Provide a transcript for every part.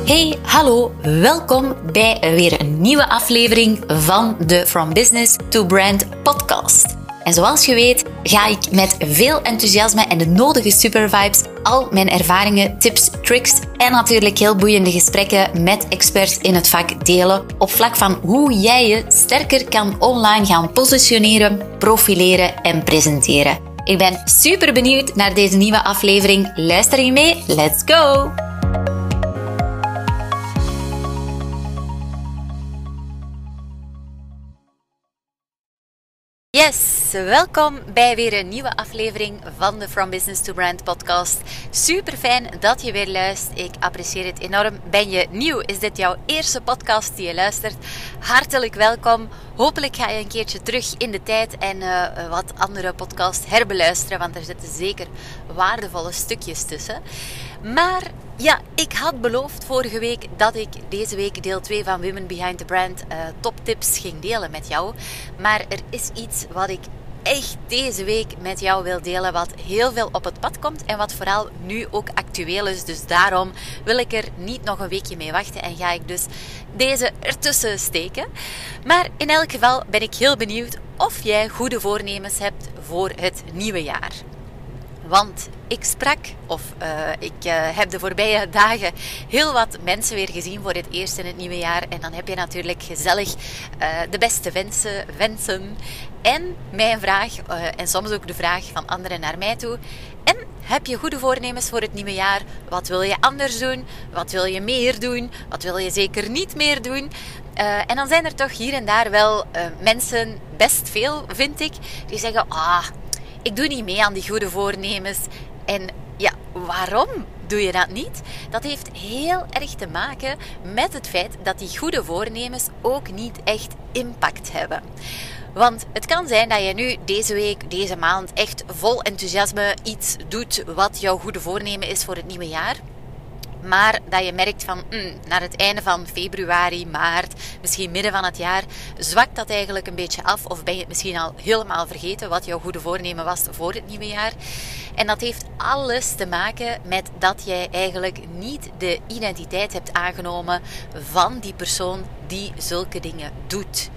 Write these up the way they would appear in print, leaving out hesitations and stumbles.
Hey, hallo, welkom bij weer een nieuwe aflevering van de From Business to Brand podcast. En zoals je weet ga ik met veel enthousiasme en de nodige supervibes al mijn ervaringen, tips, tricks en natuurlijk heel boeiende gesprekken met experts in het vak delen op vlak van hoe jij je sterker kan online gaan positioneren, profileren en presenteren. Ik ben super benieuwd naar deze nieuwe aflevering. Luister je mee? Let's go! Yes, welkom bij weer een nieuwe aflevering van de From Business to Brand podcast. Super fijn dat je weer luistert. Ik apprecieer het enorm. Ben je nieuw? Is dit jouw eerste podcast die je luistert? Hartelijk welkom. Hopelijk ga je een keertje terug in de tijd en wat andere podcasts herbeluisteren, want er zitten zeker waardevolle stukjes tussen. Maar ja, ik had beloofd vorige week dat ik deze week deel 2 van Women Behind the Brand toptips ging delen met jou. Maar er is iets wat ik echt deze week met jou wil delen, wat heel veel op het pad komt en wat vooral nu ook actueel is. Dus daarom wil ik er niet nog een weekje mee wachten en ga ik dus deze ertussen steken. Maar in elk geval ben ik heel benieuwd of jij goede voornemens hebt voor het nieuwe jaar. Want ik sprak, ik heb de voorbije dagen heel wat mensen weer gezien voor het eerst in het nieuwe jaar. En dan heb je natuurlijk gezellig de beste wensen. En mijn vraag, en soms ook de vraag van anderen naar mij toe. En heb je goede voornemens voor het nieuwe jaar? Wat wil je anders doen? Wat wil je meer doen? Wat wil je zeker niet meer doen? En dan zijn er toch hier en daar wel mensen, best veel vind ik, die zeggen... Ik doe niet mee aan die goede voornemens. En ja, waarom doe je dat niet? Dat heeft heel erg te maken met het feit dat die goede voornemens ook niet echt impact hebben. Want het kan zijn dat je nu deze week, deze maand echt vol enthousiasme iets doet wat jouw goede voornemen is voor het nieuwe jaar. Maar dat je merkt van naar het einde van februari, maart, misschien midden van het jaar, zwakt dat eigenlijk een beetje af. Of ben je het misschien al helemaal vergeten wat jouw goede voornemen was voor het nieuwe jaar. En dat heeft alles te maken met dat jij eigenlijk niet de identiteit hebt aangenomen van die persoon die zulke dingen doet.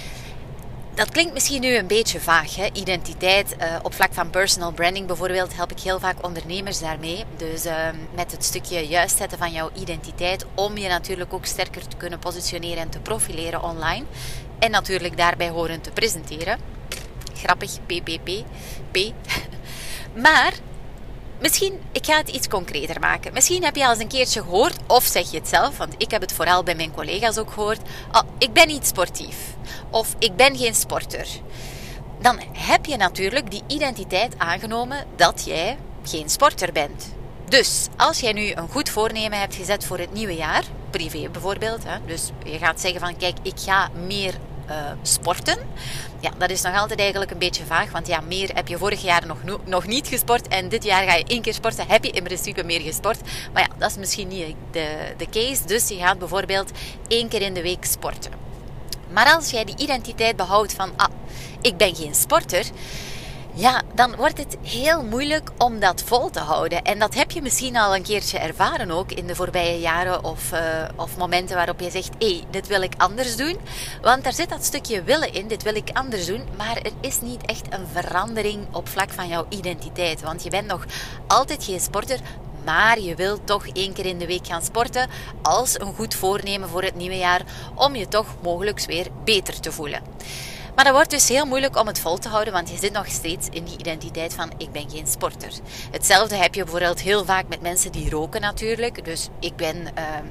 Dat klinkt misschien nu een beetje vaag, hè? Identiteit. Op vlak van personal branding bijvoorbeeld help ik heel vaak ondernemers daarmee. Dus met het stukje juist zetten van jouw identiteit om je natuurlijk ook sterker te kunnen positioneren en te profileren online. En natuurlijk daarbij horen te presenteren. Grappig, P. Maar... Misschien, ik ga het iets concreter maken. Misschien heb je al eens een keertje gehoord, of zeg je het zelf, want ik heb het vooral bij mijn collega's ook gehoord. Ik ben niet sportief. Of ik ben geen sporter. Dan heb je natuurlijk die identiteit aangenomen dat jij geen sporter bent. Dus als jij nu een goed voornemen hebt gezet voor het nieuwe jaar, privé bijvoorbeeld, hè, dus je gaat zeggen van kijk, ik ga meer sporten. Ja, dat is nog altijd eigenlijk een beetje vaag, want ja, meer heb je vorig jaar nog niet gesport en dit jaar ga je 1 keer sporten, heb je in principe meer gesport. Maar ja, dat is misschien niet de case, dus je gaat bijvoorbeeld 1 keer in de week sporten. Maar als jij die identiteit behoudt van, ik ben geen sporter, ja, dan wordt het heel moeilijk om dat vol te houden. En dat heb je misschien al een keertje ervaren ook in de voorbije jaren of momenten waarop je zegt, dit wil ik anders doen. Want daar zit dat stukje willen in, dit wil ik anders doen. Maar er is niet echt een verandering op vlak van jouw identiteit. Want je bent nog altijd geen sporter, maar je wilt toch 1 keer in de week gaan sporten als een goed voornemen voor het nieuwe jaar om je toch mogelijk weer beter te voelen. Maar dat wordt dus heel moeilijk om het vol te houden, want je zit nog steeds in die identiteit van ik ben geen sporter. Hetzelfde heb je bijvoorbeeld heel vaak met mensen die roken natuurlijk. Dus ik ben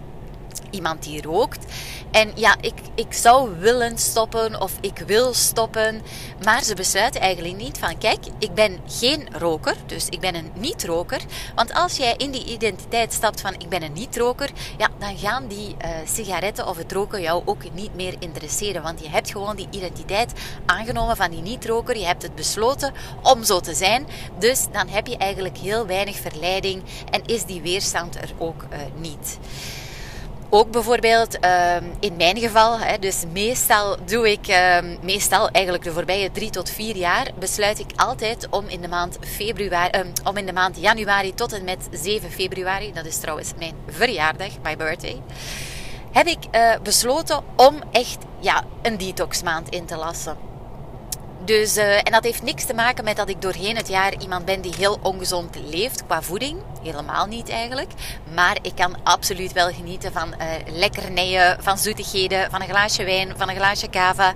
iemand die rookt. En ja, ik zou willen stoppen of ik wil stoppen. Maar ze besluiten eigenlijk niet van kijk, ik ben geen roker. Dus ik ben een niet-roker. Want als jij in die identiteit stapt van ik ben een niet-roker. Ja, dan gaan die sigaretten of het roken jou ook niet meer interesseren. Want je hebt gewoon die identiteit aangenomen van die niet-roker. Je hebt het besloten om zo te zijn. Dus dan heb je eigenlijk heel weinig verleiding. En is die weerstand er ook niet. Ook bijvoorbeeld in mijn geval, dus meestal doe ik, eigenlijk de voorbije 3 tot 4 jaar, besluit ik altijd om in de maand januari tot en met 7 februari, dat is trouwens mijn verjaardag, my birthday, heb ik besloten om echt een detoxmaand in te lassen. Dus, en dat heeft niks te maken met dat ik doorheen het jaar iemand ben die heel ongezond leeft qua voeding. Helemaal niet eigenlijk. Maar ik kan absoluut wel genieten van lekkernijen, van zoetigheden, van een glaasje wijn, van een glaasje cava.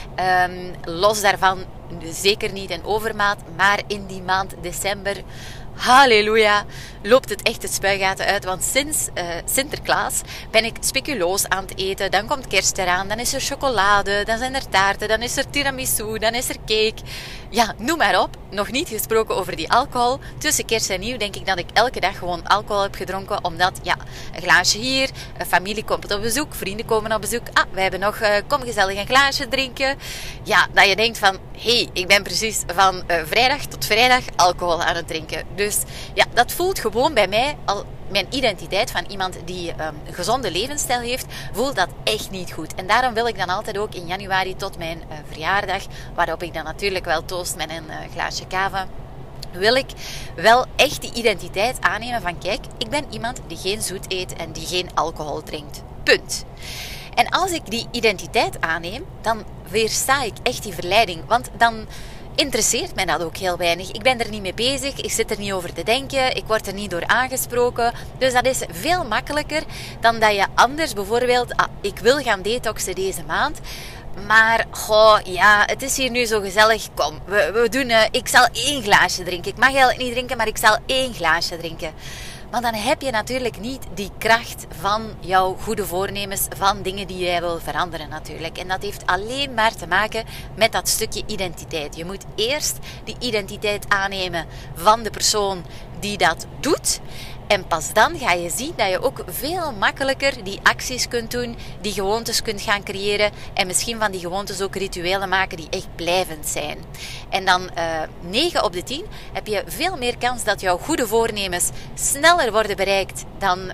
Los daarvan zeker niet in overmaat. Maar in die maand december, halleluja, loopt het echt het spuigaten uit. Want sinds Sinterklaas ben ik speculoos aan het eten. Dan komt kerst eraan, dan is er chocolade, dan zijn er taarten, dan is er tiramisu, dan is er cake. Ja, noem maar op. Nog niet gesproken over die alcohol. Tussen kerst en nieuw denk ik dat ik elke dag gewoon alcohol heb gedronken. Omdat, een glaasje hier, een familie komt op bezoek, vrienden komen op bezoek. We hebben nog, kom gezellig een glaasje drinken. Ja, dat je denkt van, ik ben precies van vrijdag tot vrijdag alcohol aan het drinken. Dus ja, dat voelt gewoon bij mij al. Mijn identiteit van iemand die een gezonde levensstijl heeft, voelt dat echt niet goed. En daarom wil ik dan altijd ook in januari tot mijn verjaardag, waarop ik dan natuurlijk wel toost met een glaasje cava, wil ik wel echt die identiteit aannemen van kijk, ik ben iemand die geen zoet eet en die geen alcohol drinkt. Punt. En als ik die identiteit aanneem, dan weersta ik echt die verleiding. Want dan interesseert mij dat ook heel weinig. Ik ben er niet mee bezig, ik zit er niet over te denken, ik word er niet door aangesproken. Dus dat is veel makkelijker dan dat je anders bijvoorbeeld, ik wil gaan detoxen deze maand, maar het is hier nu zo gezellig, kom, we doen, ik zal 1 glaasje drinken. Ik mag eigenlijk niet drinken, maar ik zal 1 glaasje drinken. Maar dan heb je natuurlijk niet die kracht van jouw goede voornemens, van dingen die jij wil veranderen natuurlijk. En dat heeft alleen maar te maken met dat stukje identiteit. Je moet eerst die identiteit aannemen van de persoon die dat doet. En pas dan ga je zien dat je ook veel makkelijker die acties kunt doen, die gewoontes kunt gaan creëren en misschien van die gewoontes ook rituelen maken die echt blijvend zijn. En dan 9 op de 10 heb je veel meer kans dat jouw goede voornemens sneller worden bereikt dan,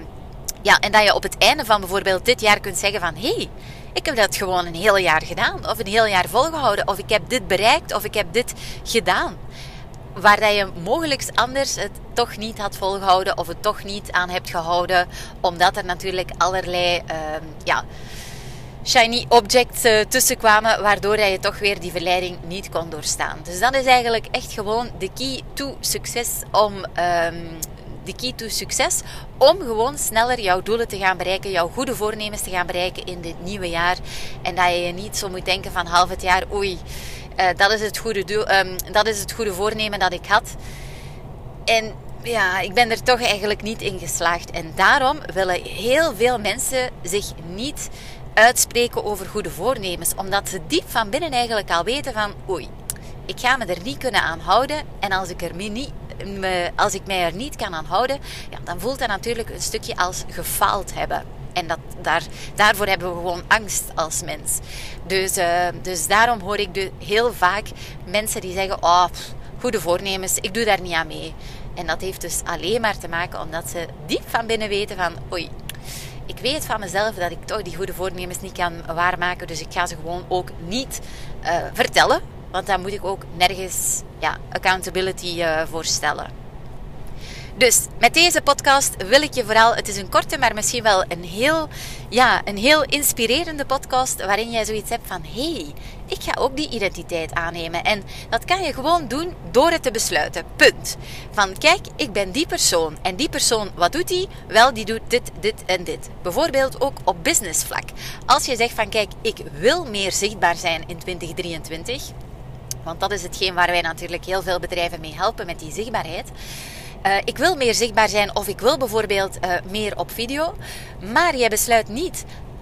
en dat je op het einde van bijvoorbeeld dit jaar kunt zeggen van ik heb dat gewoon een heel jaar gedaan of een heel jaar volgehouden of ik heb dit bereikt of ik heb dit gedaan. Waar dat je mogelijk anders het toch niet had volgehouden of het toch niet aan hebt gehouden. Omdat er natuurlijk allerlei shiny objects tussen kwamen. Waardoor je toch weer die verleiding niet kon doorstaan. Dus dat is eigenlijk echt gewoon de key to succes. Om gewoon sneller jouw doelen te gaan bereiken. Jouw goede voornemens te gaan bereiken in dit nieuwe jaar. En dat je niet zo moet denken van half het jaar dat is het goede voornemen dat ik had. En ik ben er toch eigenlijk niet in geslaagd. En daarom willen heel veel mensen zich niet uitspreken over goede voornemens. Omdat ze diep van binnen eigenlijk al weten van ik ga me er niet kunnen aan houden. En als ik mij er niet kan aan houden, dan voelt dat natuurlijk een stukje als gefaald hebben. En daarvoor hebben we gewoon angst als mens. Dus daarom hoor ik heel vaak mensen die zeggen, goede voornemens, ik doe daar niet aan mee. En dat heeft dus alleen maar te maken omdat ze diep van binnen weten van, ik weet van mezelf dat ik toch die goede voornemens niet kan waarmaken. Dus ik ga ze gewoon ook niet vertellen. Want daar moet ik ook nergens accountability voor stellen. Dus met deze podcast wil ik je vooral, het is een korte, maar misschien wel een heel inspirerende podcast, waarin jij zoiets hebt van, ik ga ook die identiteit aannemen. En dat kan je gewoon doen door het te besluiten. Punt. Van, kijk, ik ben die persoon. En die persoon, wat doet die? Wel, die doet dit en dit. Bijvoorbeeld ook op businessvlak. Als je zegt van, kijk, ik wil meer zichtbaar zijn in 2023. Want dat is hetgeen waar wij natuurlijk heel veel bedrijven mee helpen, met die zichtbaarheid. Ik wil meer zichtbaar zijn of ik wil bijvoorbeeld meer op video. Maar jij besluit niet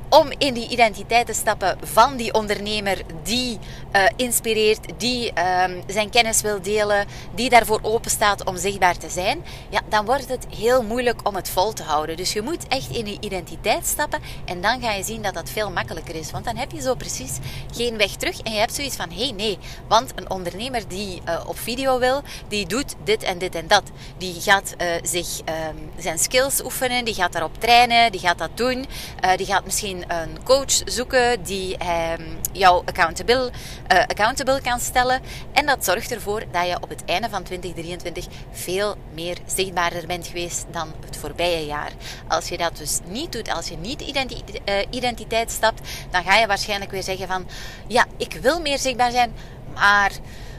om in die identiteit te stappen van die ondernemer die inspireert, die zijn kennis wil delen, die daarvoor open staat om zichtbaar te zijn, ja, dan wordt het heel moeilijk om het vol te houden. Dus je moet echt in die identiteit stappen en dan ga je zien dat dat veel makkelijker is. Want dan heb je zo precies geen weg terug en je hebt zoiets van, nee, want een ondernemer die op video wil, die doet dit en dit en dat. Die gaat zijn skills oefenen, die gaat daarop trainen, die gaat dat doen. Die gaat misschien een coach zoeken die jou accountable kan stellen. En dat zorgt ervoor dat je op het einde van 2023 veel meer zichtbaarder bent geweest dan het voorbije jaar. Als je dat dus niet doet, als je niet identiteit stapt, dan ga je waarschijnlijk weer zeggen van, ja, ik wil meer zichtbaar zijn, maar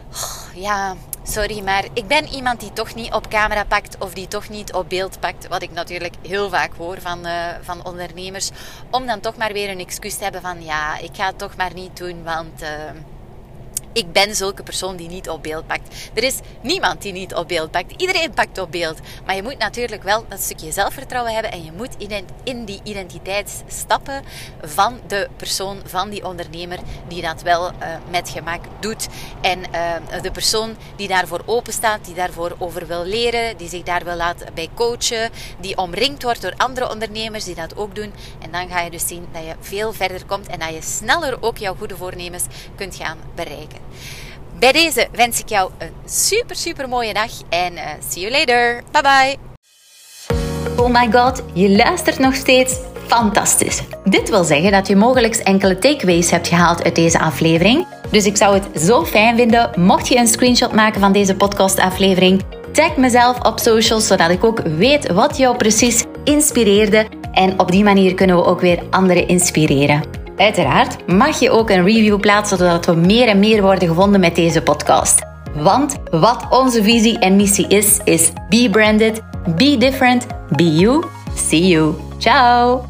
sorry, maar ik ben iemand die toch niet op camera pakt of die toch niet op beeld pakt. Wat ik natuurlijk heel vaak hoor van ondernemers. Om dan toch maar weer een excuus te hebben van, ja, ik ga het toch maar niet doen, want ik ben zulke persoon die niet op beeld pakt. Er is niemand die niet op beeld pakt. Iedereen pakt op beeld. Maar je moet natuurlijk wel dat stukje zelfvertrouwen hebben en je moet in die identiteit stappen van de persoon, van die ondernemer die dat wel met gemak doet. En de persoon die daarvoor open staat, die daarvoor over wil leren, die zich daar wil laten bij coachen, die omringd wordt door andere ondernemers die dat ook doen. En dan ga je dus zien dat je veel verder komt en dat je sneller ook jouw goede voornemens kunt gaan bereiken. Bij deze wens ik jou een super mooie dag en see you later. Bye bye. Oh my god, je luistert nog steeds? Fantastisch. Dit wil zeggen dat je mogelijk enkele takeaways hebt gehaald uit deze aflevering. Dus ik zou het zo fijn vinden mocht je een screenshot maken van deze podcastaflevering. Tag mezelf op socials zodat ik ook weet wat jou precies inspireerde. En op die manier kunnen we ook weer anderen inspireren. Uiteraard mag je ook een review plaatsen zodat we meer en meer worden gevonden met deze podcast. Want wat onze visie en missie is be branded, be different, be you. See you. Ciao.